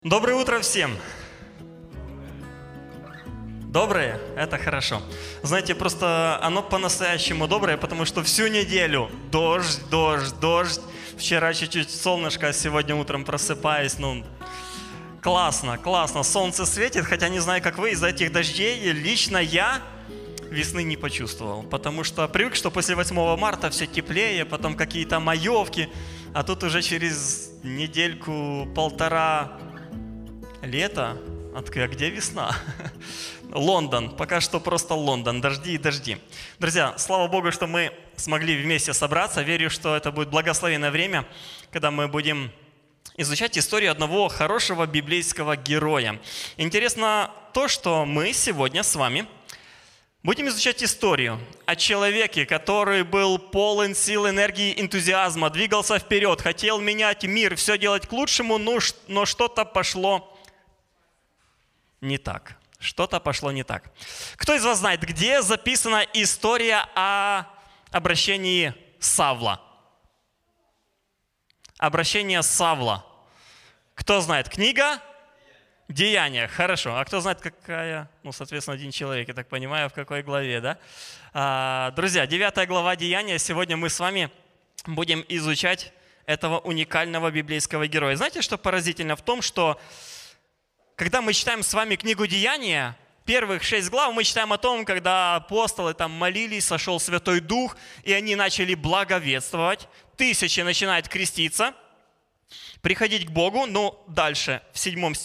Доброе утро всем! Доброе? Это хорошо. Знаете, просто оно по-настоящему доброе, потому что всю неделю дождь, дождь, дождь. Вчера чуть-чуть солнышко, а сегодня утром просыпаюсь. Классно, классно. Солнце светит, хотя не знаю, как вы, из-за этих дождей лично я весны не почувствовал. Потому что привык, что после 8 марта все теплее, потом какие-то маевки, а тут уже через недельку-полтора лето. А где весна? Лондон. Пока что просто Лондон. Дожди и дожди. Друзья, слава Богу, что мы смогли вместе собраться. Верю, что это будет благословенное время, когда мы будем изучать историю одного хорошего библейского героя. Интересно то, что мы сегодня с вами будем изучать историю о человеке, который был полон сил, энергии, энтузиазма, двигался вперед, хотел менять мир, все делать к лучшему, но что-то пошло не так. Что-то пошло не так. Кто из вас знает, где записана история о обращении Савла? Обращение Савла. Кто знает? Книга Деяния. Хорошо. А кто знает, какая? Соответственно, один человек, я так понимаю, в какой главе, да? Друзья, 9 глава Деяния. Сегодня мы с вами будем изучать этого уникального библейского героя. Знаете, что поразительно в том, что когда мы читаем с вами книгу Деяния, первых 6 глав мы читаем о том, когда апостолы там молились, сошел Святой Дух, и они начали благовествовать. Тысячи начинают креститься, приходить к Богу. Но дальше, в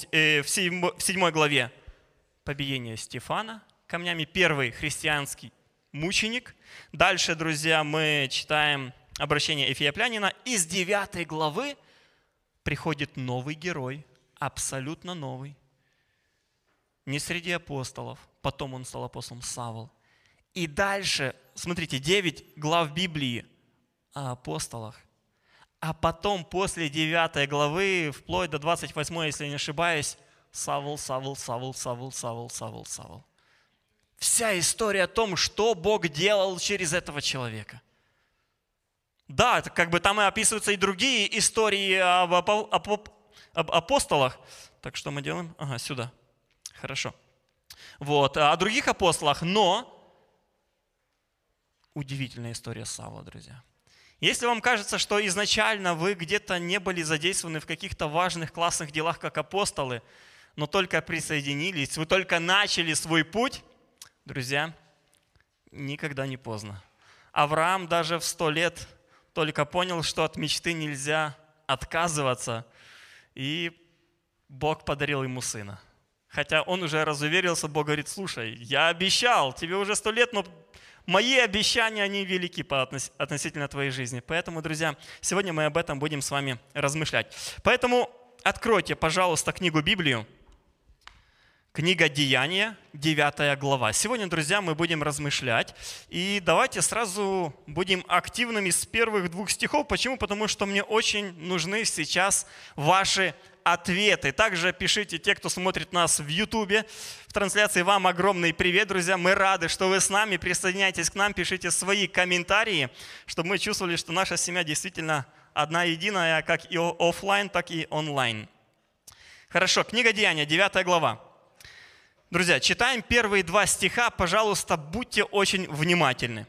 7 главе, побиение Стефана камнями, первый христианский мученик. Дальше, друзья, мы читаем обращение Эфиоплянина. Из 9 главы приходит новый герой, абсолютно новый. Не среди апостолов, потом он стал апостолом Савл. И дальше, смотрите, 9 глав Библии о апостолах. А потом, после 9 главы, вплоть до 28, если я не ошибаюсь, Савл, Савл, Савл, Савл, Савл, Савл, Савл. Вся история о том, что Бог делал через этого человека. Да, там и описываются и другие истории об апостолах. Так что мы делаем? Ага, сюда. Хорошо. О других апостолах, но удивительная история Савла, друзья. Если вам кажется, что изначально вы где-то не были задействованы в каких-то важных, классных делах, как апостолы, но только присоединились, вы только начали свой путь, друзья, никогда не поздно. Авраам даже в 100 лет только понял, что от мечты нельзя отказываться, и Бог подарил ему сына. Хотя он уже разуверился, Бог говорит: слушай, я обещал, тебе уже 100 лет, но мои обещания, они велики относительно твоей жизни. Поэтому, друзья, сегодня мы об этом будем с вами размышлять. Поэтому откройте, пожалуйста, книгу Библию. Книга Деяния, 9 глава. Сегодня, друзья, мы будем размышлять. И давайте сразу будем активными с первых 2 стихов. Почему? Потому что мне очень нужны сейчас ваши ответы. Также пишите, те, кто смотрит нас в Ютубе, в трансляции, вам огромный привет, друзья. Мы рады, что вы с нами. Присоединяйтесь к нам, пишите свои комментарии, чтобы мы чувствовали, что наша семья действительно одна единая, как и офлайн, так и онлайн. Хорошо, книга Деяния, 9 глава. Друзья, читаем первые 2 стиха, пожалуйста, будьте очень внимательны.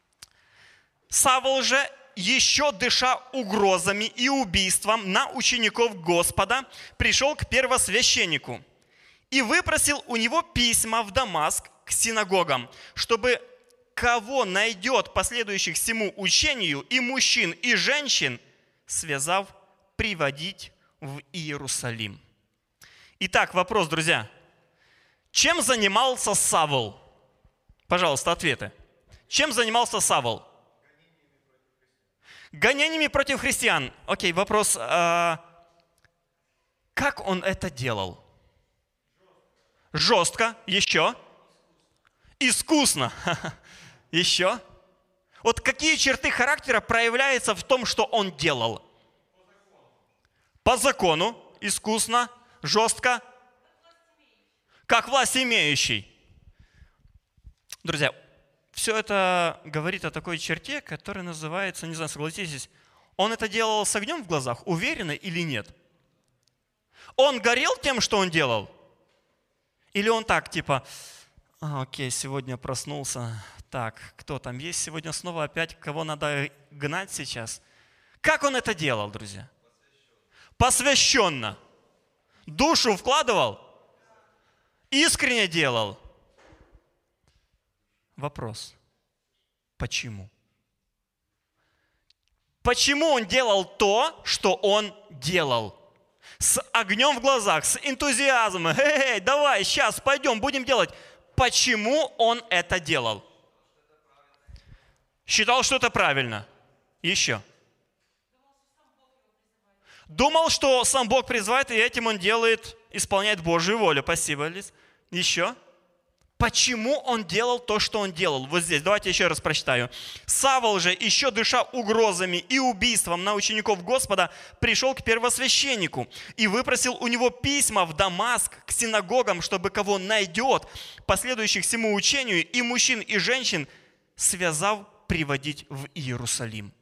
«Савл же, еще дыша угрозами и убийством на учеников Господа, пришел к первосвященнику и выпросил у него письма в Дамаск к синагогам, чтобы кого найдет последующих всему учению, и мужчин, и женщин, связав, приводить в Иерусалим». Итак, вопрос, друзья. Чем занимался Савл? Пожалуйста, ответы. Чем занимался Савл? Гонениями против христиан. Окей, вопрос. Как он это делал? Жестко. Еще? Искусно. Еще? Какие черты характера проявляются в том, что он делал? По закону. Искусно. Жестко. Как власть имеющий. Друзья, все это говорит о такой черте, которая называется, не знаю, согласитесь, он это делал с огнем в глазах, уверенно или нет? Он горел тем, что он делал? Или он так, типа, окей, сегодня проснулся, так, кто там есть сегодня снова опять, кого надо гнать сейчас? Как он это делал, друзья? Посвященно. Душу вкладывал? Искренне делал? Вопрос. Почему? Почему он делал то, что он делал? С огнем в глазах, с энтузиазмом. Эй, давай, сейчас пойдем, будем делать. Почему он это делал? Считал, что это правильно. Еще. Думал, что сам Бог призывает, и этим он делает, исполняет Божью волю. Спасибо, Лиз. Еще. Почему он делал то, что он делал? Вот здесь, давайте еще раз прочитаю. «Савл же, еще дыша угрозами и убийством на учеников Господа, пришел к первосвященнику и выпросил у него письма в Дамаск к синагогам, чтобы кого найдет, последующих всему учению, и мужчин, и женщин, связав, приводить в Иерусалим».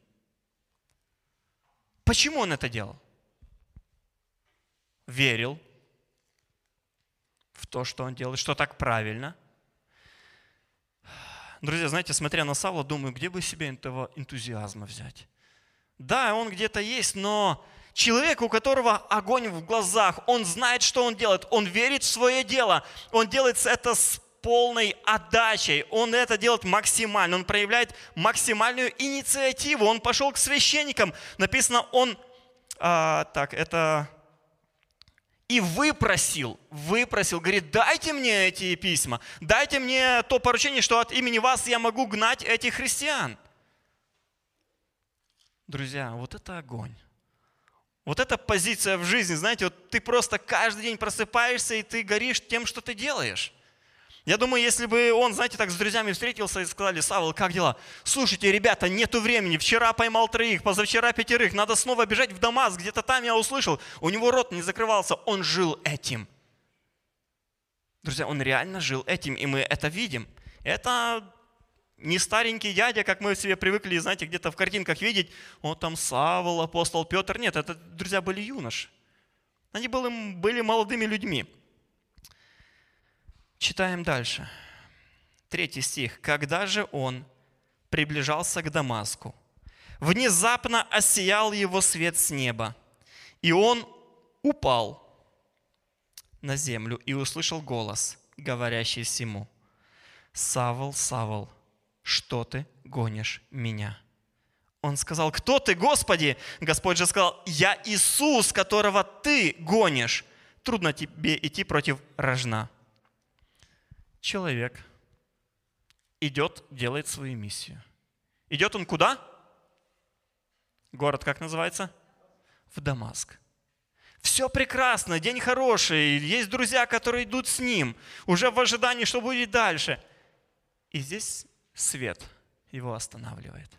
Почему он это делал? Верил в то, что он делает, что так правильно. Друзья, знаете, смотря на Савла, думаю, где бы себе этого энтузиазма взять? Да, он где-то есть, но человек, у которого огонь в глазах, он знает, что он делает, он верит в свое дело, он делает это с полной отдачей, он это делает максимально, он проявляет максимальную инициативу, он пошел к священникам, написано, он, и выпросил, говорит, дайте мне эти письма, дайте мне то поручение, что от имени вас я могу гнать этих христиан. Друзья, вот это огонь. Вот эта позиция в жизни, знаете, вот ты просто каждый день просыпаешься, и ты горишь тем, что ты делаешь. Я думаю, если бы он, знаете, так с друзьями встретился и сказали, Савл, как дела? Слушайте, ребята, нету времени, вчера поймал 3, позавчера 5, надо снова бежать в Дамаск, где-то там я услышал, у него рот не закрывался, он жил этим. Друзья, он реально жил этим, и мы это видим. Это не старенький дядя, как мы себе привыкли, знаете, где-то в картинках видеть, вот там Савл, апостол Петр. Нет, это, друзья, были юноши. Они были молодыми людьми. Читаем дальше. 3 стих. «Когда же он приближался к Дамаску, внезапно осиял его свет с неба, и он упал на землю и услышал голос, говорящий всему: Савл, Савл, что ты гонишь меня? Он сказал: кто ты, Господи? Господь же сказал: я Иисус, которого ты гонишь. Трудно тебе идти против рожна. Человек идет, делает свою миссию. Идет он куда? Город как называется? В Дамаск. Все прекрасно, день хороший, есть друзья, которые идут с ним, уже в ожидании, что будет дальше. И здесь свет его останавливает.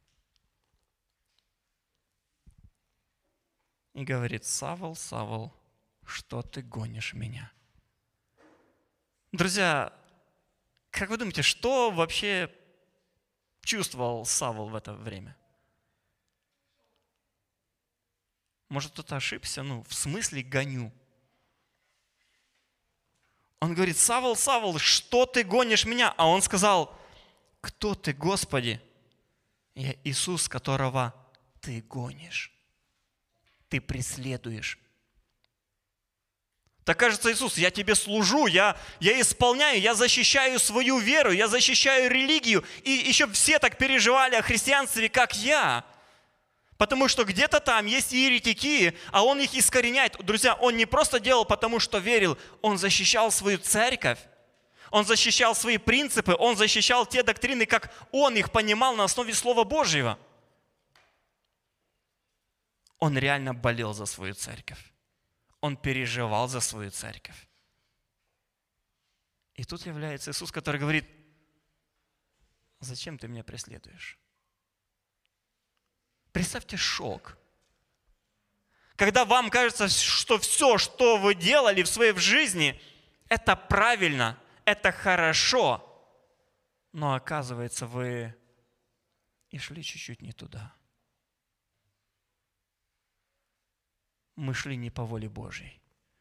И говорит: Савл, Савл, что ты гонишь меня? Друзья, как вы думаете, что вообще чувствовал Савл в это время? Может, кто-то ошибся? В смысле гоню? Он говорит: Савл, Савл, что ты гонишь меня? А он сказал: кто ты, Господи? Я Иисус, которого ты гонишь. Ты преследуешь. Так кажется, Иисус, я тебе служу, я исполняю, я защищаю свою веру, я защищаю религию. И еще все так переживали о христианстве, как я. Потому что где-то там есть еретики, а он их искореняет. Друзья, он не просто делал, потому что верил, он защищал свою церковь, он защищал свои принципы, он защищал те доктрины, как он их понимал на основе Слова Божьего. Он реально болел за свою церковь. Он переживал за свою церковь. И тут является Иисус, который говорит: зачем ты меня преследуешь? Представьте шок. Когда вам кажется, что все, что вы делали в своей жизни, это правильно, это хорошо, но оказывается, вы и шли чуть-чуть не туда. Мы шли не по воле Божьей.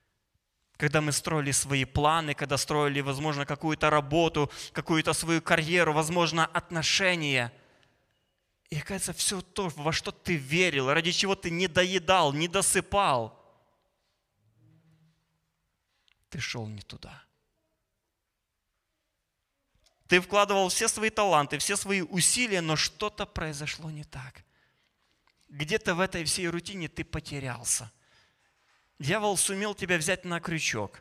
когда мы строили свои планы, когда строили, возможно, какую-то работу, какую-то свою карьеру, возможно, отношения. И, оказывается, все то, во что ты верил, ради чего ты не доедал, не досыпал, ты шел не туда. Ты вкладывал все свои таланты, все свои усилия, но что-то произошло не так. Где-то в этой всей рутине ты потерялся. Дьявол сумел тебя взять на крючок.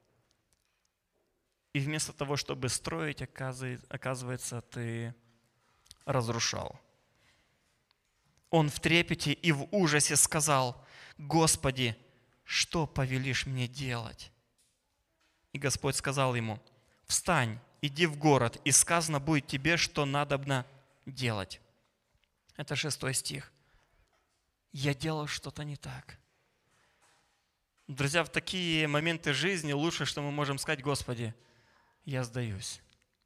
И вместо того, чтобы строить, оказывается, ты разрушал. Он в трепете и в ужасе сказал: «Господи, что повелишь мне делать?» И Господь сказал ему: «Встань, иди в город, и сказано будет тебе, что надобно делать». Это 6 стих. Я делал что-то не так. Друзья, в такие моменты жизни лучше, что мы можем сказать: Господи, я сдаюсь.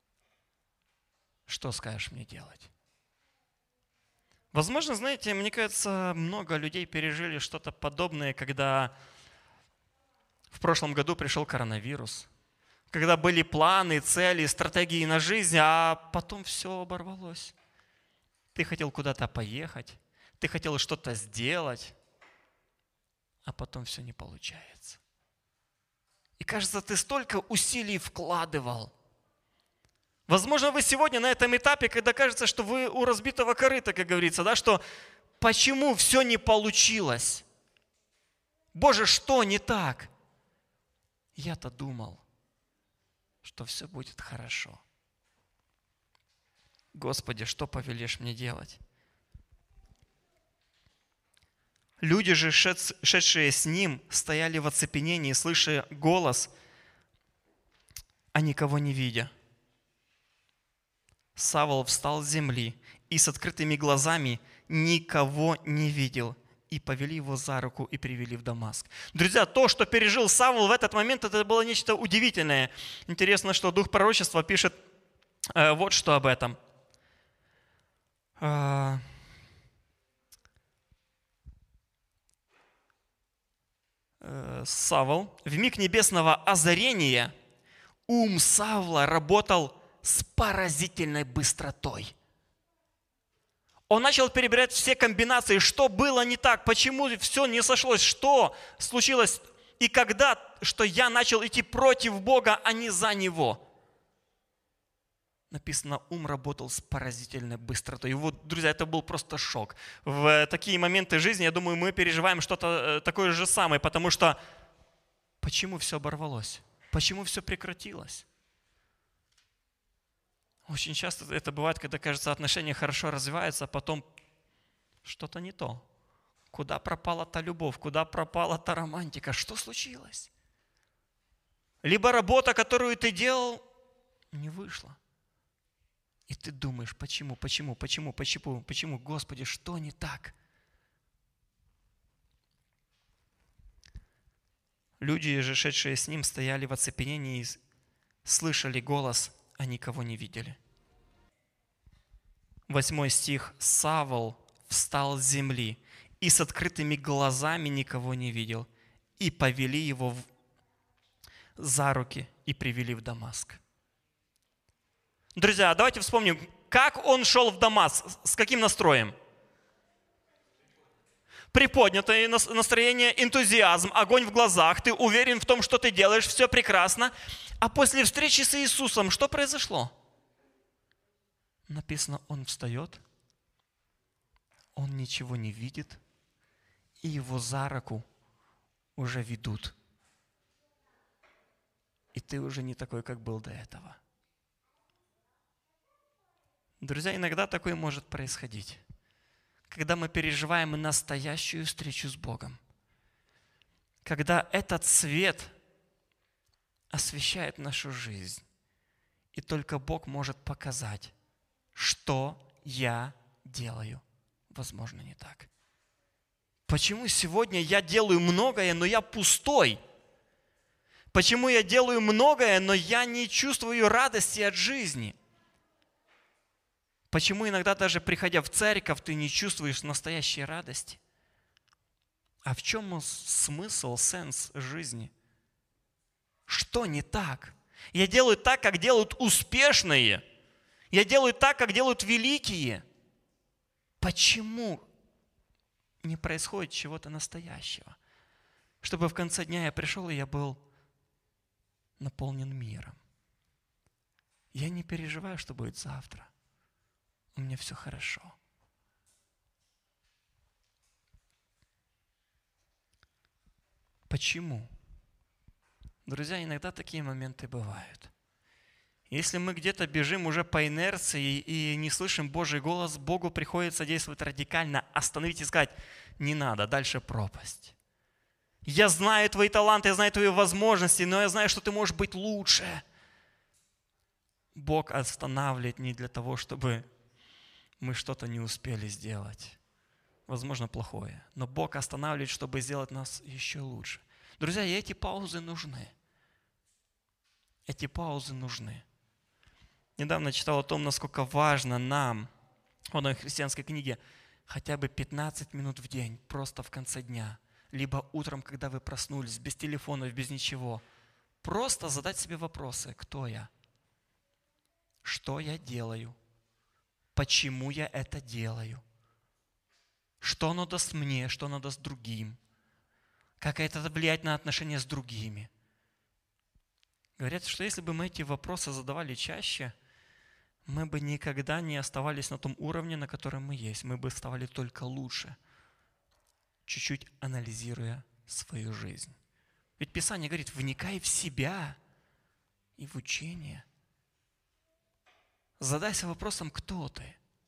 Что скажешь мне делать? Возможно, знаете, мне кажется, много людей пережили что-то подобное, когда в прошлом году пришел коронавирус, когда были планы, цели, стратегии на жизнь, а потом все оборвалось. Ты хотел куда-то поехать, ты хотел что-то сделать, а потом все не получается. И кажется, ты столько усилий вкладывал. Возможно, вы сегодня на этом этапе, когда кажется, что вы у разбитого корыта, как говорится, да, что почему все не получилось? Боже, что не так? Я-то думал, что все будет хорошо. Господи, что повелишь мне делать? Люди же, шедшие с ним, стояли в оцепенении, слыша голос, а никого не видя. Савл встал с земли и с открытыми глазами никого не видел. И повели его за руку и привели в Дамаск. Друзья, то, что пережил Савл в этот момент, это было нечто удивительное. Интересно, что Дух пророчества пишет вот что об этом. Савл, в миг небесного озарения ум Савла работал с поразительной быстротой. Он начал перебирать все комбинации, что было не так, почему все не сошлось, что случилось и когда, что я начал идти против Бога, а не за Него. Написано, ум работал с поразительной быстротой. И вот, друзья, это был просто шок. В такие моменты жизни, я думаю, мы переживаем что-то такое же самое, потому что почему все оборвалось? Почему все прекратилось? Очень часто это бывает, когда, кажется, отношения хорошо развиваются, а потом что-то не то. Куда пропала та любовь? Куда пропала та романтика? Что случилось? Либо работа, которую ты делал, не вышла. И ты думаешь, почему, Господи, что не так? Люди, же шедшие с ним, стояли в оцепенении и слышали голос, а никого не видели. 8 стих. Савл встал с земли и с открытыми глазами никого не видел. И повели его за руки и привели в Дамаск. Друзья, давайте вспомним, как он шел в Дамаск, с каким настроем? Приподнятое настроение, энтузиазм, огонь в глазах, ты уверен в том, что ты делаешь, все прекрасно. А после встречи с Иисусом что произошло? Написано, он встает, он ничего не видит, и его за руку уже ведут. И ты уже не такой, как был до этого. Друзья, иногда такое может происходить, когда мы переживаем настоящую встречу с Богом, когда этот свет освещает нашу жизнь, и только Бог может показать, что я делаю, возможно, не так. Почему сегодня я делаю многое, но я пустой? Почему я делаю многое, но я не чувствую радости от жизни? Почему иногда даже приходя в церковь, ты не чувствуешь настоящей радости? А в чем смысл, сенс жизни? Что не так? Я делаю так, как делают успешные. Я делаю так, как делают великие. Почему не происходит чего-то настоящего? Чтобы в конце дня я пришел, и я был наполнен миром. Я не переживаю, что будет завтра. У меня все хорошо. Почему? Друзья, иногда такие моменты бывают. Если мы где-то бежим уже по инерции и не слышим Божий голос, Богу приходится действовать радикально, остановить и сказать: не надо, дальше пропасть. Я знаю твои таланты, я знаю твои возможности, но я знаю, что ты можешь быть лучше. Бог останавливает не для того, чтобы мы что-то не успели сделать. Возможно, плохое. Но Бог останавливает, чтобы сделать нас еще лучше. Друзья, и эти паузы нужны. Эти паузы нужны. Недавно читал о том, насколько важно нам в одной христианской книге хотя бы 15 минут в день, просто в конце дня, либо утром, когда вы проснулись, без телефонов, без ничего, просто задать себе вопросы: кто я? Что я делаю? Почему я это делаю? Что оно даст мне, что оно даст другим? Как это влияет на отношения с другими? Говорят, что если бы мы эти вопросы задавали чаще, мы бы никогда не оставались на том уровне, на котором мы есть. Мы бы ставали только лучше, чуть-чуть анализируя свою жизнь. Ведь Писание говорит: вникай в себя и в учение. Задайся вопросом: кто ты?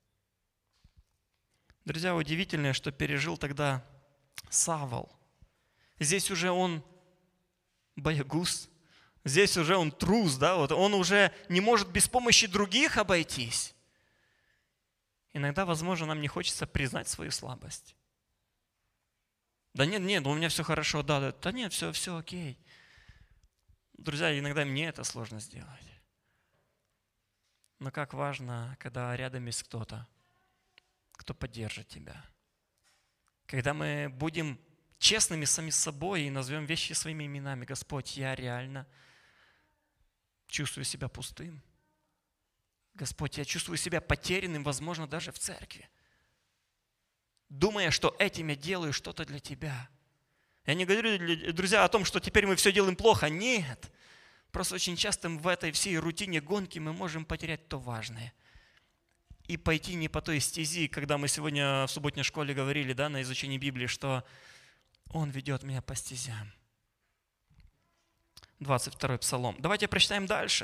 Друзья, удивительно, что пережил тогда Савл. Здесь уже он боягуз, здесь уже он трус, да? Вот он уже не может без помощи других обойтись. Иногда, возможно, нам не хочется признать свою слабость. Да нет, у меня все хорошо, да нет, все окей. Друзья, иногда мне это сложно сделать. Но как важно, когда рядом есть кто-то, кто поддержит тебя. Когда мы будем честными сами с собой и назовем вещи своими именами: Господь, я реально чувствую себя пустым. Господь, я чувствую себя потерянным, возможно, даже в церкви, думая, что этим я делаю что-то для Тебя. Я не говорю, друзья, о том, что теперь мы все делаем плохо. Нет. Просто очень часто в этой всей рутине гонки мы можем потерять то важное. И пойти не по той стези, когда мы сегодня в субботней школе говорили, да, на изучении Библии, что Он ведет меня по стезям. 22-й Псалом. Давайте прочитаем дальше.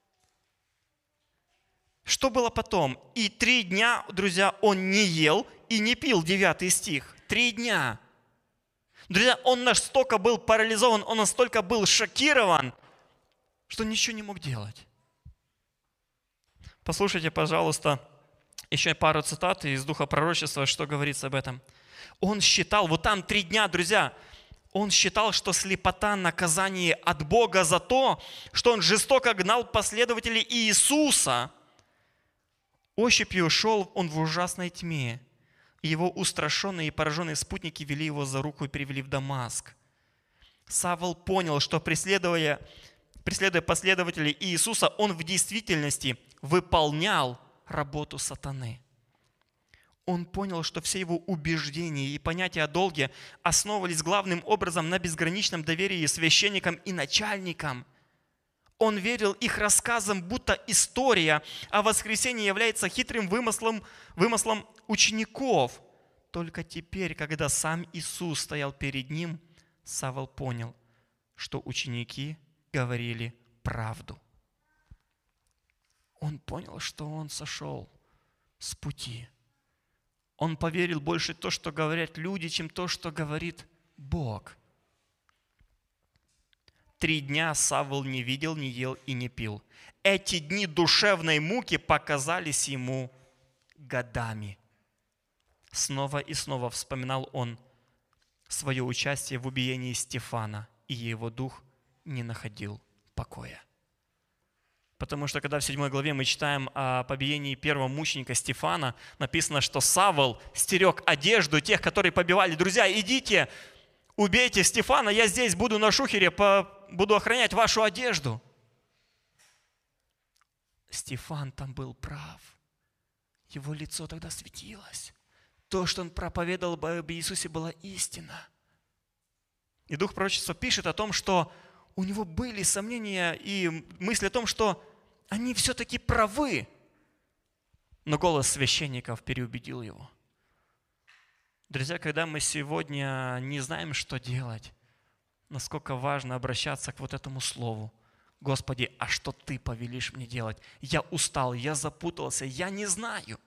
Что было потом? «И 3 дня, друзья, он не ел и не пил». 9 стих. 3 дня. Друзья, он настолько был парализован, он настолько был шокирован, что ничего не мог делать. Послушайте, пожалуйста, еще пару цитат из Духа пророчества, что говорится об этом. Он считал, вот там 3 дня, друзья, он считал, что слепота – наказание от Бога за то, что он жестоко гнал последователей Иисуса. Ощупью шел он в ужасной тьме, и его устрашенные и пораженные спутники вели его за руку и привели в Дамаск. Савл понял, что преследуя последователей Иисуса, он в действительности выполнял работу сатаны. Он понял, что все его убеждения и понятия о долге основывались главным образом на безграничном доверии священникам и начальникам. Он верил их рассказам, будто история о воскресении является хитрым вымыслом учеников. Только теперь, когда сам Иисус стоял перед ним, Савл понял, что ученики говорили правду. Он понял, что он сошел с пути. Он поверил больше в то, что говорят люди, чем то, что говорит Бог. 3 дня Савл не видел, не ел и не пил. Эти дни душевной муки показались ему годами. Снова и снова вспоминал он свое участие в убиении Стефана, и его дух не находил покоя. Потому что когда в 7 главе мы читаем о побиении первого мученика Стефана, написано, что Савл стерег одежду тех, которые побивали. Друзья, идите, убейте Стефана, я здесь буду на шухере буду охранять вашу одежду. Стефан там был прав. Его лицо тогда светилось. То, что он проповедовал об Иисусе, была истина. И Дух пророчества пишет о том, что у него были сомнения и мысли о том, что они все-таки правы. Но голос священников переубедил его. Друзья, когда мы сегодня не знаем, что делать, насколько важно обращаться к вот этому слову. Господи, а что Ты повелишь мне делать? Я устал, я запутался, я не знаю.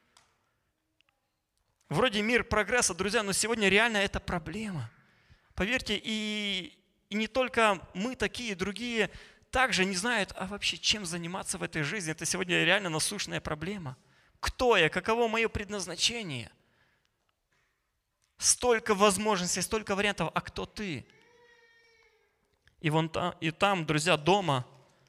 Вроде мир прогресса, друзья, но сегодня реально это проблема. Поверьте, и не только мы такие, другие также не знают, а вообще чем заниматься в этой жизни. Это сегодня реально насущная проблема. Кто я? Каково мое предназначение? Столько возможностей, столько вариантов. А кто ты? И там, друзья, дома,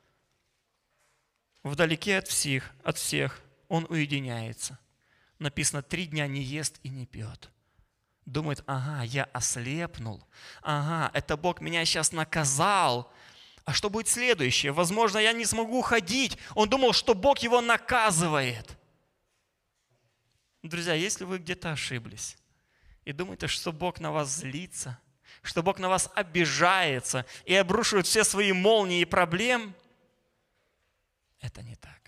вдалеке от всех, он уединяется. Написано, 3 дня не ест и не пьет. Думает, ага, я ослепнул. Ага, это Бог меня сейчас наказал. А что будет следующее? Возможно, я не смогу ходить. Он думал, что Бог его наказывает. Друзья, если вы где-то ошиблись и думаете, что Бог на вас злится, что Бог на вас обижается и обрушивает все свои молнии и проблем, это не так.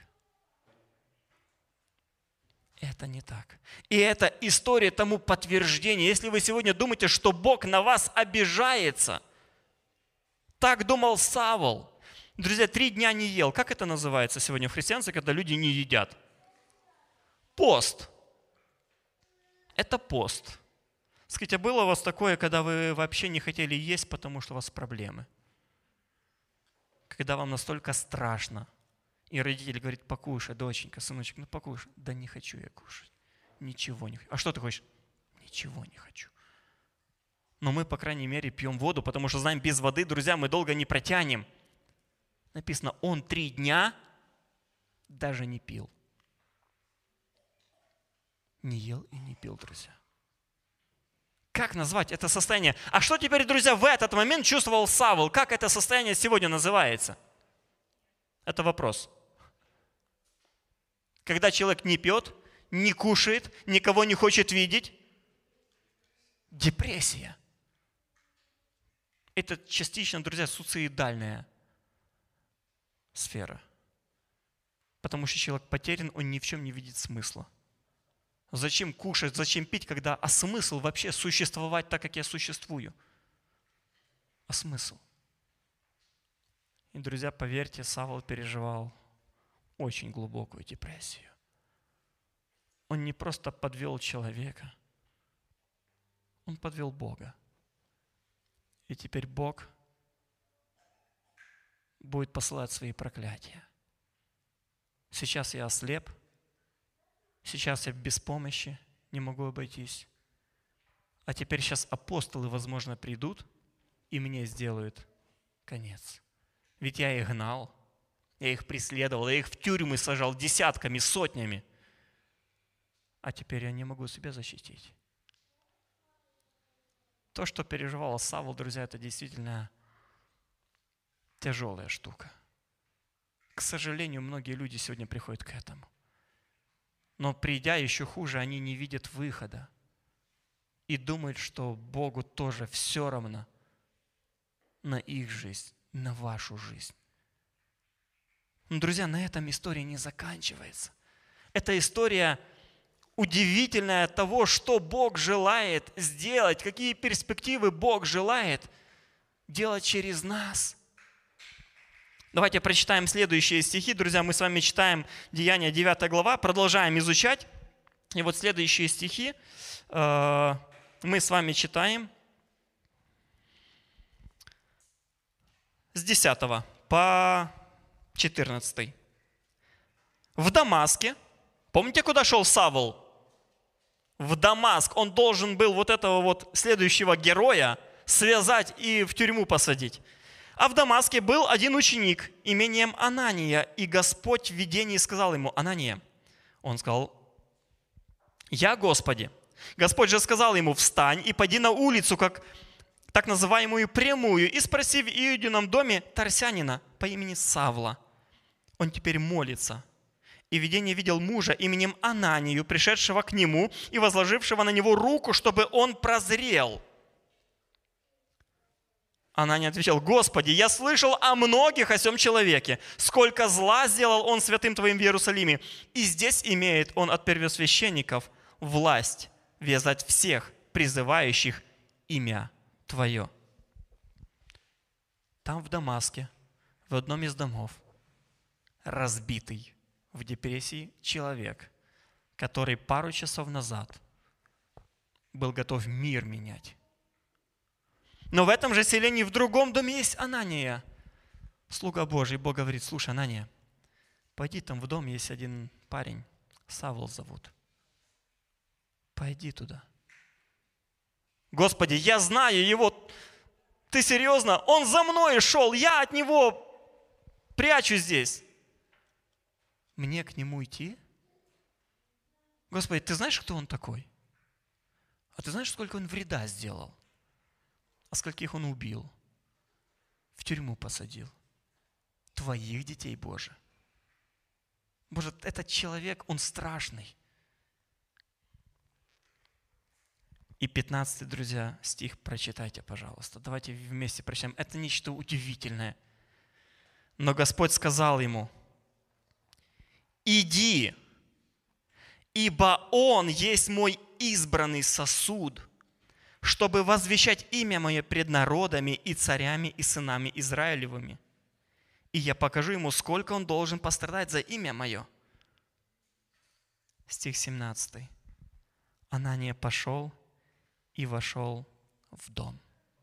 Это не так. И это история тому подтверждение. Если вы сегодня думаете, что Бог на вас обижается, так думал Савл. Друзья, 3 дня не ел. Как это называется сегодня в христианстве, когда люди не едят? Пост. Это пост. Скажите, а было у вас такое, когда вы вообще не хотели есть, потому что у вас проблемы? Когда вам настолько страшно, и родитель говорит, покушай, доченька, сыночек, ну покушай. Да не хочу я кушать. Ничего не хочу. А что ты хочешь? Ничего не хочу. Но мы, по крайней мере, пьем воду, потому что знаем, без воды, друзья, мы долго не протянем. Написано, он 3 дня даже не пил. Не ел и не пил, друзья. Как назвать это состояние? А что теперь, друзья, в этот момент чувствовал Савл? Как это состояние сегодня называется? Это вопрос. Когда человек не пьет, не кушает, никого не хочет видеть. Депрессия. Это частично, друзья, суицидальная сфера. Потому что человек потерян, он ни в чем не видит смысла. Зачем кушать, зачем пить, когда... А смысл вообще существовать так, как я существую? А смысл? И, друзья, поверьте, Савл переживал очень глубокую депрессию. Он не просто подвел человека, он подвел Бога. И теперь Бог будет посылать свои проклятия. Сейчас я ослеп, сейчас я без помощи не могу обойтись. А теперь сейчас апостолы, возможно, придут и мне сделают конец. Ведь я их гнал, я их преследовал, я их в тюрьмы сажал десятками, сотнями. А теперь я не могу себя защитить. То, что переживал Савл, друзья, это действительно тяжелая штука. К сожалению, многие люди сегодня приходят к этому. Но придя еще хуже, они не видят выхода. И думают, что Богу тоже все равно на их жизнь, на вашу жизнь. Но, друзья, на этом история не заканчивается. Это история удивительная того, что Бог желает сделать, какие перспективы Бог желает делать через нас. Давайте прочитаем следующие стихи. Друзья, мы с вами читаем Деяния 9 глава, продолжаем изучать. И вот следующие стихи мы с вами читаем с 10 по 14. В Дамаске, помните, куда шел Савл? В Дамаск. Он должен был вот этого вот следующего героя связать и в тюрьму посадить. А в Дамаске был один ученик именем Анания, и Господь в видении сказал ему: Анания. Он сказал: я, Господи. Господь же сказал ему: встань и пойди на улицу, так называемую прямую, и спроси в Иудином доме Тарсянина по имени Савла. Он теперь молится. И в видении видел мужа именем Ананию, пришедшего к нему и возложившего на него руку, чтобы он прозрел. Анания отвечал: Господи, я слышал о многих о сем человеке, сколько зла сделал он святым Твоим в Иерусалиме. И здесь имеет он от первосвященников власть вязать всех, призывающих имя Твое. Там в Дамаске, в одном из домов, разбитый в депрессии человек, который пару часов назад был готов мир менять. Но в этом же селении в другом доме есть Анания, слуга Божий. Бог говорит: слушай, Анания, пойди, там в дом есть один парень, Савл зовут. Пойди туда. Господи, я знаю его. Ты серьезно? Он за мной шел, я от него прячусь здесь. Мне к нему идти? Господи, ты знаешь, кто он такой? А ты знаешь, сколько он вреда сделал? А скольких он убил? В тюрьму посадил. Твоих детей, Боже. Боже, этот человек, он страшный. И 15, друзья, стих прочитайте, пожалуйста. Давайте вместе прочитаем. Это нечто удивительное. Но Господь сказал ему: иди, ибо он есть мой избранный сосуд, чтобы возвещать имя мое пред народами и царями и сынами Израилевыми. И я покажу ему, сколько он должен пострадать за имя мое. Стих 17. Анания пошел и вошел в дом.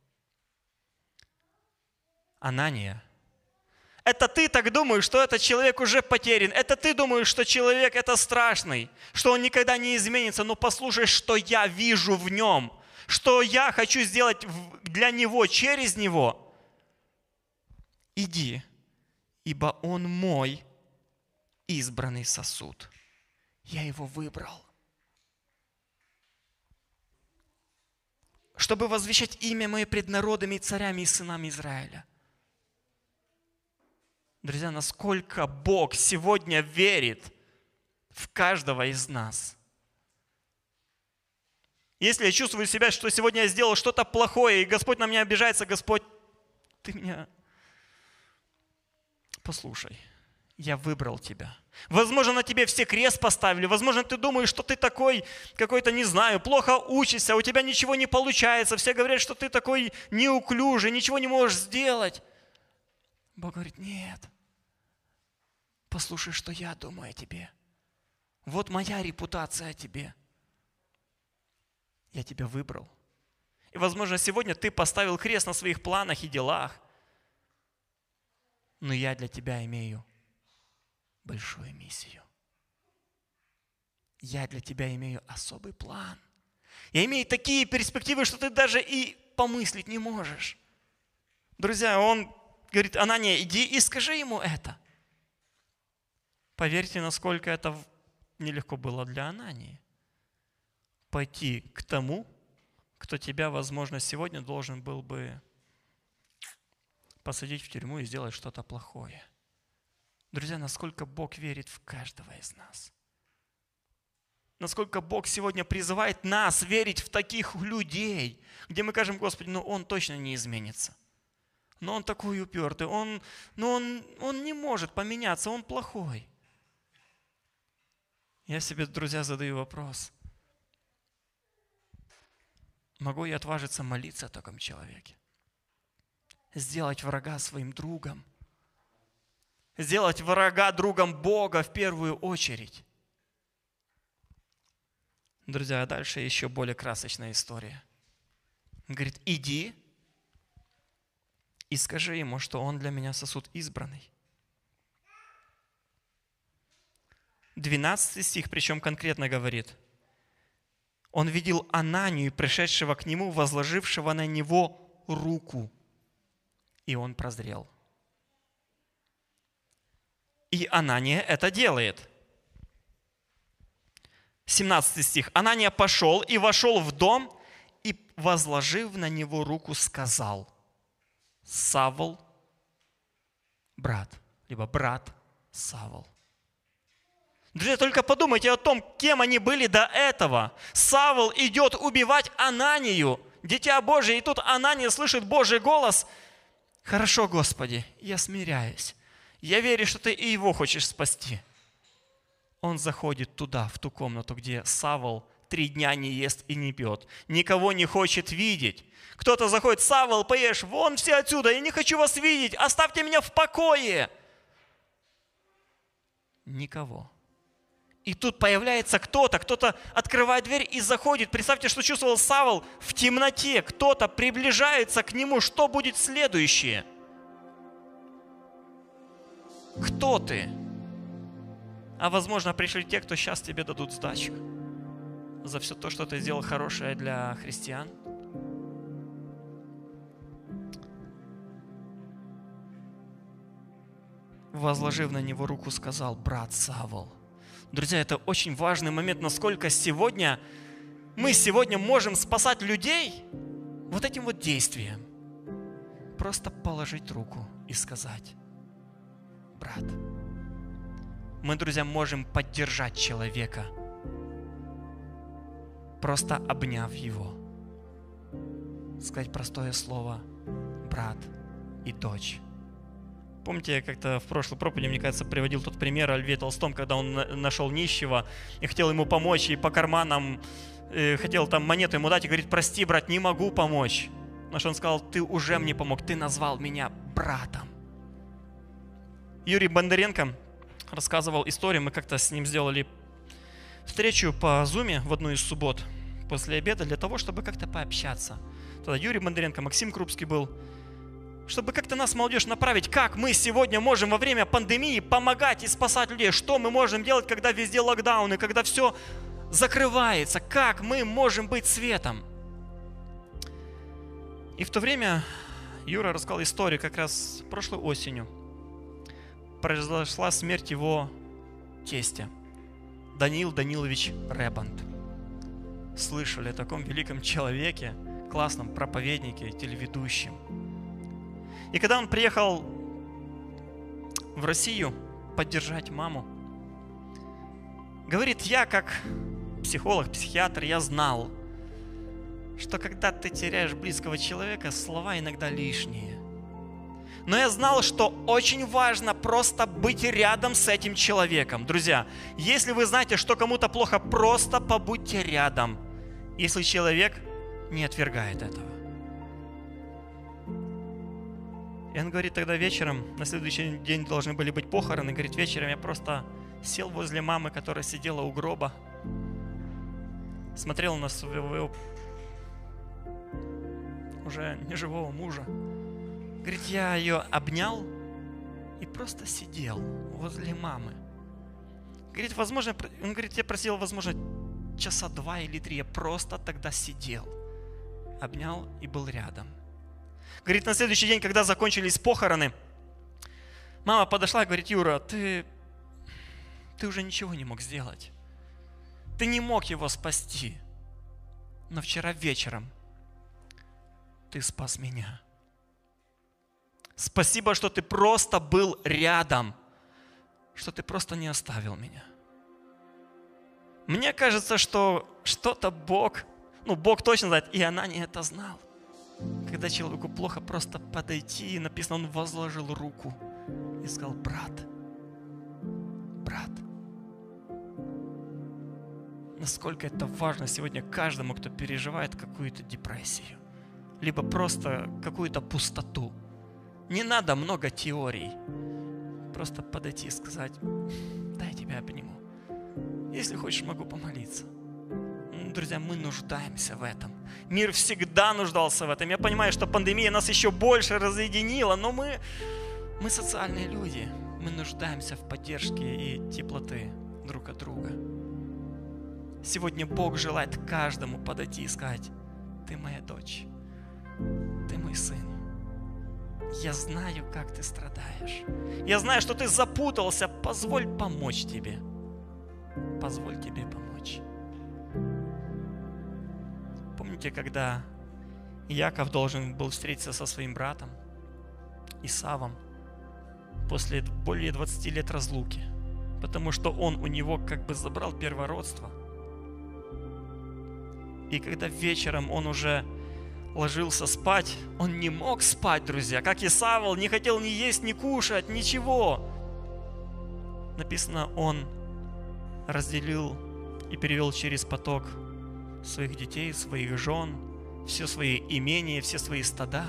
Анания, это ты так думаешь, что этот человек уже потерян. Это ты думаешь, что человек это страшный, что он никогда не изменится. Но послушай, что я вижу в нем, что я хочу сделать для него, через него. Иди, ибо он мой избранный сосуд. Я его выбрал. Чтобы возвещать имя мое пред народами и царями и сынами Израиля. Друзья, насколько Бог сегодня верит в каждого из нас. Если я чувствую себя, что сегодня я сделал что-то плохое, и Господь на меня обижается, Господь, ты меня... Послушай, я выбрал тебя. Возможно, на тебе все крест поставили. Возможно, ты думаешь, что ты такой, какой-то, не знаю, плохо учишься, у тебя ничего не получается. Все говорят, что ты такой неуклюжий, ничего не можешь сделать. Бог говорит: нет. Послушай, что я думаю о тебе. Вот моя репутация о тебе. Я тебя выбрал. И, возможно, сегодня ты поставил крест на своих планах и делах. Но я для тебя имею большую миссию. Я для тебя имею особый план. Я имею такие перспективы, что ты даже и помыслить не можешь. Друзья, он говорит: Анания, иди и скажи ему это. Поверьте, насколько это нелегко было для Анании. Пойти к тому, кто тебя, возможно, сегодня должен был бы посадить в тюрьму и сделать что-то плохое. Друзья, насколько Бог верит в каждого из нас. Насколько Бог сегодня призывает нас верить в таких людей, где мы скажем: Господи, он точно не изменится. Но он такой упертый, он не может поменяться, он плохой. Я себе, друзья, задаю вопрос. Могу я отважиться молиться о таком человеке? Сделать врага своим другом? Сделать врага другом Бога в первую очередь? Друзья, а дальше еще более красочная история. Он говорит: иди и скажи ему, что он для меня сосуд избранный. 12 стих, причем конкретно говорит: он видел Ананию, пришедшего к нему, возложившего на него руку, и он прозрел. И Анания это делает. 17 стих. Анания пошел и вошел в дом, и возложив на него руку, сказал: Савл, брат, либо брат Савл. Друзья, только подумайте о том, кем они были до этого. Савл идет убивать Ананию, дитя Божие, и тут Анания слышит Божий голос: «Хорошо, Господи, я смиряюсь. Я верю, что Ты и его хочешь спасти». Он заходит туда, в ту комнату, где Савл 3 дня не ест и не пьет, никого не хочет видеть. Кто-то заходит: «Савл, поешь, вон все отсюда, я не хочу вас видеть, оставьте меня в покое». Никого. И тут появляется кто-то открывает дверь и заходит. Представьте, что чувствовал Савл в темноте. Кто-то приближается к нему. Что будет следующее? Кто ты? А возможно, пришли те, кто сейчас тебе дадут сдачу за все то, что ты сделал хорошее для христиан. Возложив на него руку, сказал: брат Савл. Друзья, это очень важный момент, насколько мы сегодня можем спасать людей вот этим вот действием. Просто положить руку и сказать: брат. Мы, друзья, можем поддержать человека, просто обняв его. Сказать простое слово: брат и дочь. Помните, я как-то в прошлой проповеди, мне кажется, приводил тот пример о Льве Толстом, когда он нашел нищего и хотел ему помочь, и по карманам хотел там монету ему дать, и говорит: прости, брат, не могу помочь. Но что он сказал: ты уже мне помог, ты назвал меня братом. Юрий Бондаренко рассказывал историю, мы как-то с ним сделали встречу по Зуме в одну из суббот после обеда для того, чтобы как-то пообщаться. Тогда Юрий Бондаренко, Максим Крупский был, чтобы как-то нас, молодежь, направить, как мы сегодня можем во время пандемии помогать и спасать людей, что мы можем делать, когда везде локдауны, когда все закрывается, как мы можем быть светом. И в то время Юра рассказал историю, как раз прошлой осенью произошла смерть его тестя, Даниил Данилович Ребанд. Слышали о таком великом человеке, классном проповеднике, телеведущем. И когда он приехал в Россию поддержать маму, говорит: я как психолог, психиатр, я знал, что когда ты теряешь близкого человека, слова иногда лишние. Но я знал, что очень важно просто быть рядом с этим человеком. Друзья, если вы знаете, что кому-то плохо, просто побудьте рядом, если человек не отвергает этого. И он говорит, тогда вечером, на следующий день должны были быть похороны, говорит, вечером я просто сел возле мамы, которая сидела у гроба, смотрел на своего уже неживого мужа. Говорит, я ее обнял и просто сидел возле мамы. Говорит, возможно, он говорит, я просил, возможно, часа 2 или 3, я просто тогда сидел, обнял и был рядом. Говорит, на следующий день, когда закончились похороны, мама подошла и говорит, Юра, ты уже ничего не мог сделать. Ты не мог его спасти. Но вчера вечером ты спас меня. Спасибо, что ты просто был рядом, что ты просто не оставил меня. Мне кажется, что что-то Бог точно знает, и она не это знала. Когда человеку плохо, просто подойти, и написано, он возложил руку и сказал, брат. Насколько это важно сегодня каждому, кто переживает какую-то депрессию, либо просто какую-то пустоту. Не надо много теорий. Просто подойти и сказать, дай я тебя обниму. Если хочешь, могу помолиться. Друзья, мы нуждаемся в этом. Мир всегда нуждался в этом. Я понимаю, что пандемия нас еще больше разъединила, но мы социальные люди. Мы нуждаемся в поддержке и теплоты друг от друга. Сегодня Бог желает каждому подойти и сказать, ты моя дочь, ты мой сын. Я знаю, как ты страдаешь. Я знаю, что ты запутался. Позволь помочь тебе. Позволь тебе помочь. Помните, когда Иаков должен был встретиться со своим братом Исавом после более 20 лет разлуки, потому что он у него как бы забрал первородство. И когда вечером он уже ложился спать, он не мог спать, друзья, как Исав, не хотел ни есть, ни кушать, ничего. Написано, он разделил и перевел через поток своих детей, своих жен, все свои имения, все свои стада.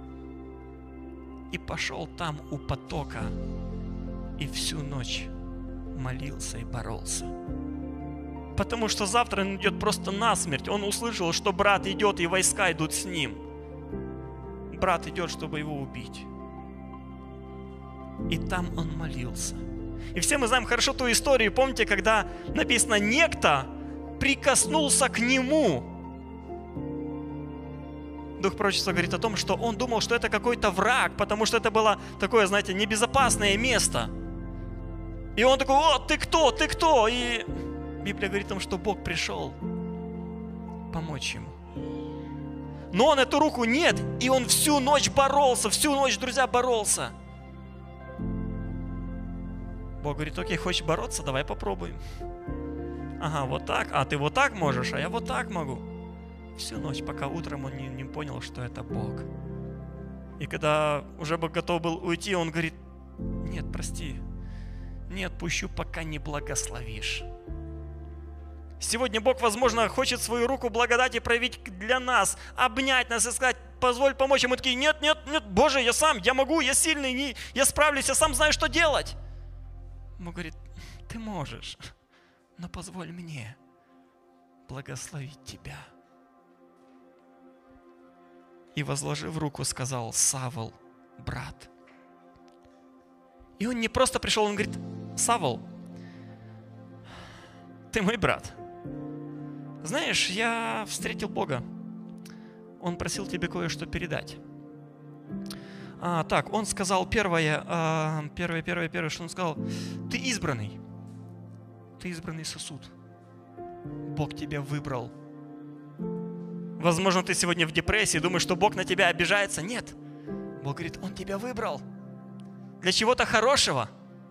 И пошел там у потока и всю ночь молился и боролся. Потому что завтра он идет просто насмерть. Он услышал, что брат идет и войска идут с ним. Брат идет, чтобы его убить. И там он молился. И все мы знаем хорошо ту историю. Помните, когда написано, некто прикоснулся к нему. Дух пророчества говорит о том, что он думал, что это какой-то враг, потому что это было такое, знаете, небезопасное место. И он такой, о, ты кто, ты кто? И Библия говорит о том, что Бог пришел помочь ему. Но он эту руку нет, и он всю ночь боролся, всю ночь, друзья, боролся. Бог говорит, окей, хочешь бороться, давай попробуем. Ага, вот так, а ты вот так можешь, а я вот так могу. Всю ночь, пока утром он не понял, что это Бог. И когда уже Бог готов был уйти, он говорит, нет, прости, не отпущу, пока не благословишь. Сегодня Бог, возможно, хочет свою руку благодати проявить для нас, обнять нас и сказать, позволь помочь. И мы такие, нет, нет, нет, Боже, я сам, я могу, я сильный, я справлюсь, я сам знаю, что делать. Бог говорит, ты можешь, но позволь мне благословить тебя. И, возложив руку, сказал, Савл, брат. И он не просто пришел, он говорит, Савл, ты мой брат. Знаешь, я встретил Бога. Он просил тебе кое-что передать. Так, он сказал первое, что он сказал, ты избранный сосуд. Бог тебя выбрал. Возможно, ты сегодня в депрессии, думаешь, что Бог на тебя обижается. Нет. Бог говорит, Он тебя выбрал. Для чего-то хорошего.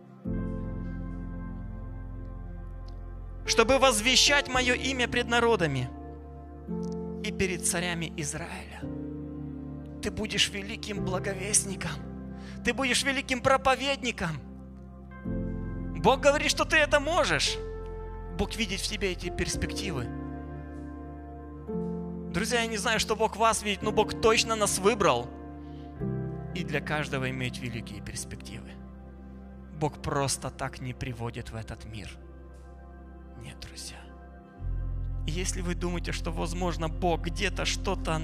Чтобы возвещать мое имя пред народами и перед царями Израиля. Ты будешь великим благовестником. Ты будешь великим проповедником. Бог говорит, что ты это можешь. Бог видит в тебе эти перспективы. Друзья, я не знаю, что Бог вас видит, но Бог точно нас выбрал. И для каждого имеет великие перспективы. Бог просто так не приводит в этот мир. Нет, друзья. И если вы думаете, что, возможно, Бог где-то что-то...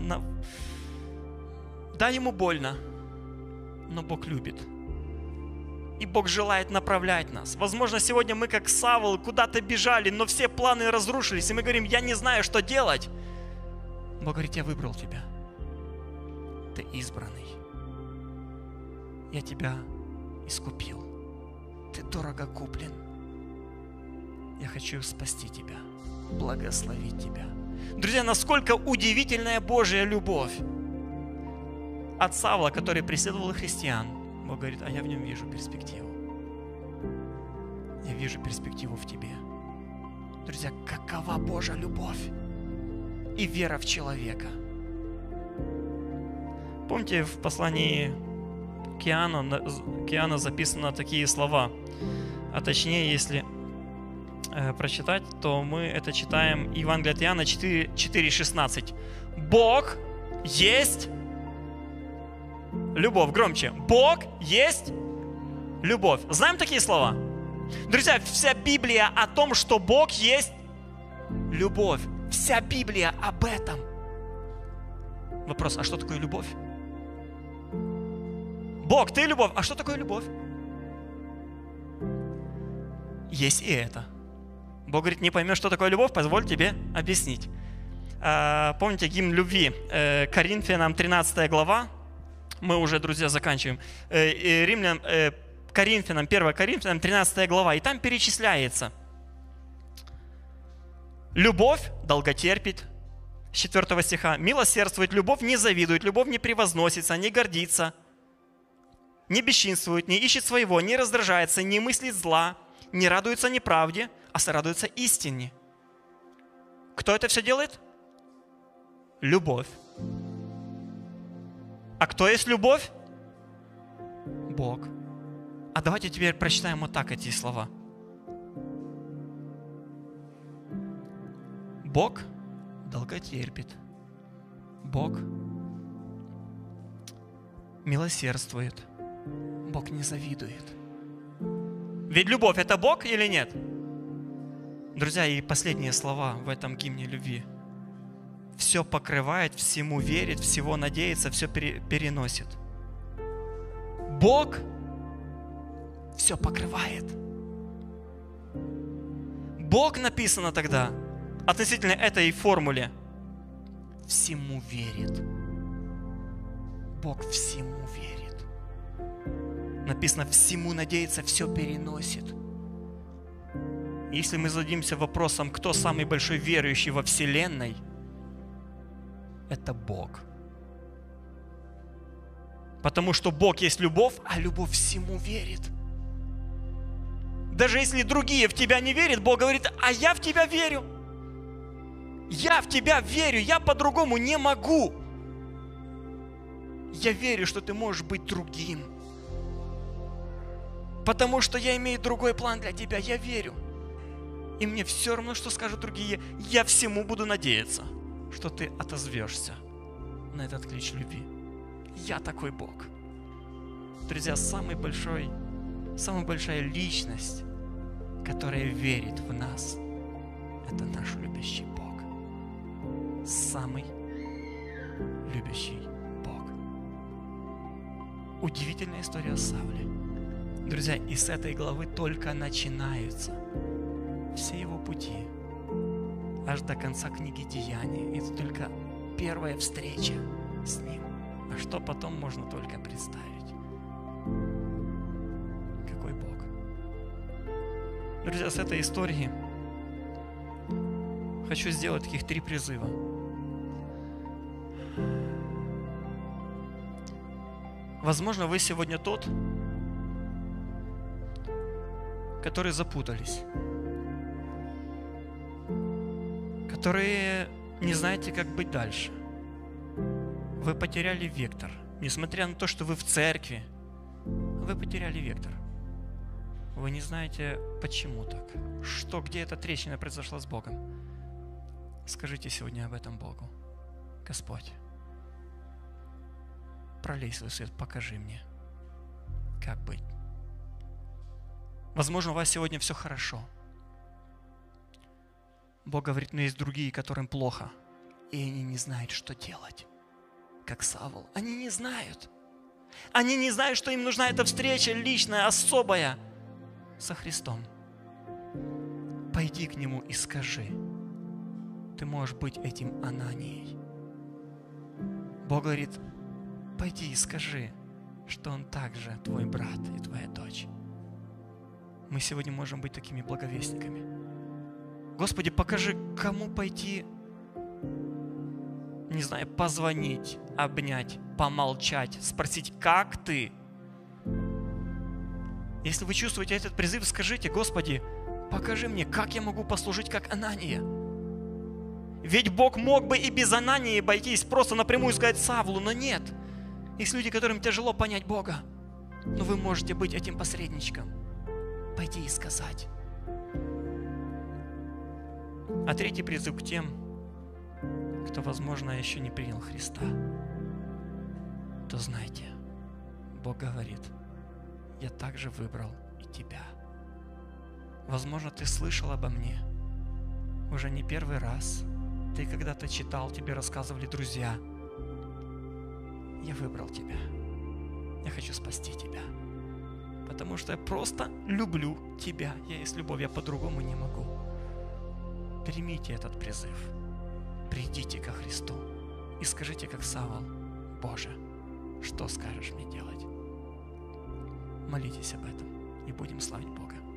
Да, Ему больно, но Бог любит. И Бог желает направлять нас. Возможно, сегодня мы, как Савл, куда-то бежали, но все планы разрушились, и мы говорим, я не знаю, что делать. Бог говорит, я выбрал тебя. Ты избранный. Я тебя искупил. Ты дорого куплен. Я хочу спасти тебя, благословить тебя. Друзья, насколько удивительная Божья любовь. От Савла, который преследовал христиан, Бог говорит, а я в нем вижу перспективу. Я вижу перспективу в тебе. Друзья, какова Божья любовь и вера в человека. Помните, в послании к Иоанну записано такие слова. А точнее, если прочитать, то мы это читаем Евангелие от Иоанна 4:16. Бог есть любовь. Громче. Бог есть любовь. Знаем такие слова? Друзья, вся Библия о том, что Бог есть любовь. Вся Библия об этом. Вопрос, а что такое любовь? Бог, ты любовь. А что такое любовь? Есть и это. Бог говорит, не поймешь, что такое любовь, позволь тебе объяснить. Помните гимн любви? Коринфянам 13 глава. Мы уже, друзья, заканчиваем. Коринфянам, 1 Коринфянам 13 глава. И там перечисляется. Любовь долготерпит, с 4 стиха. «Милосердствует, любовь не завидует, любовь не превозносится, не гордится, не бесчинствует, не ищет своего, не раздражается, не мыслит зла, не радуется неправде, а сорадуется истине». Кто это все делает? Любовь. А кто есть любовь? Бог. А давайте теперь прочитаем вот так эти слова. Бог долготерпит. Бог милосердствует. Бог не завидует. Ведь любовь – это Бог или нет? Друзья, и последние слова в этом гимне любви. Все покрывает, всему верит, всего надеется, все переносит. Бог все покрывает. Бог, написано тогда, относительно этой формуле, всему верит. Бог всему верит. Написано, всему надеется, все переносит. Если мы зададимся вопросом, кто самый большой верующий во Вселенной, это Бог. Потому что Бог есть любовь, а любовь всему верит. Даже если другие в тебя не верят, Бог говорит, а я в тебя верю. Я в тебя верю, я по-другому не могу. Я верю, что ты можешь быть другим. Потому что я имею другой план для тебя, я верю. И мне все равно, что скажут другие, я всему буду надеяться, что ты отозвешься на этот ключ любви. Я такой Бог. Друзья, самая большая личность, которая верит в нас, это наш любящий Бог. Самый любящий Бог. Удивительная история о Савле. Друзья, и с этой главы только начинаются все его пути, аж до конца книги Деяний. Это только первая встреча с ним. А что потом, можно только представить. Какой Бог. Друзья, с этой истории хочу сделать таких 3 призыва. Возможно, вы сегодня тот, которые запутались, которые не знаете, как быть дальше. Вы потеряли вектор. Несмотря на то, что вы в церкви, вы потеряли вектор. Вы не знаете, почему так. Где эта трещина произошла с Богом. Скажите сегодня об этом Богу. Господь, пролей свой свет, покажи мне, как быть. Возможно, у вас сегодня все хорошо. Бог говорит, но есть другие, которым плохо, и они не знают, что делать. Как Савл. Они не знают. Они не знают, что им нужна эта встреча личная, особая со Христом. Пойди к Нему и скажи. Ты можешь быть этим Ананией. Бог говорит, пойди и скажи, что Он также твой брат и твоя дочь. Мы сегодня можем быть такими благовестниками. Господи, покажи, кому пойти, не знаю, позвонить, обнять, помолчать, спросить, как ты? Если вы чувствуете этот призыв, скажите, Господи, покажи мне, как я могу послужить, как Анания. Ведь Бог мог бы и без Анании обойтись, просто напрямую сказать Савлу, но нет. Есть люди, которым тяжело понять Бога, но вы можете быть этим посредничком. Пойти и сказать. А 3-й призыв к тем, кто, возможно, еще не принял Христа, то знайте, Бог говорит, я также выбрал и тебя. Возможно, ты слышал обо мне уже не первый раз. Ты когда-то читал, тебе рассказывали друзья. Я выбрал тебя. Я хочу спасти тебя. Потому что я просто люблю тебя. Я есть любовь, я по-другому не могу. Примите этот призыв. Придите ко Христу и скажите, как Савл, Боже, что скажешь мне делать? Молитесь об этом и будем славить Бога.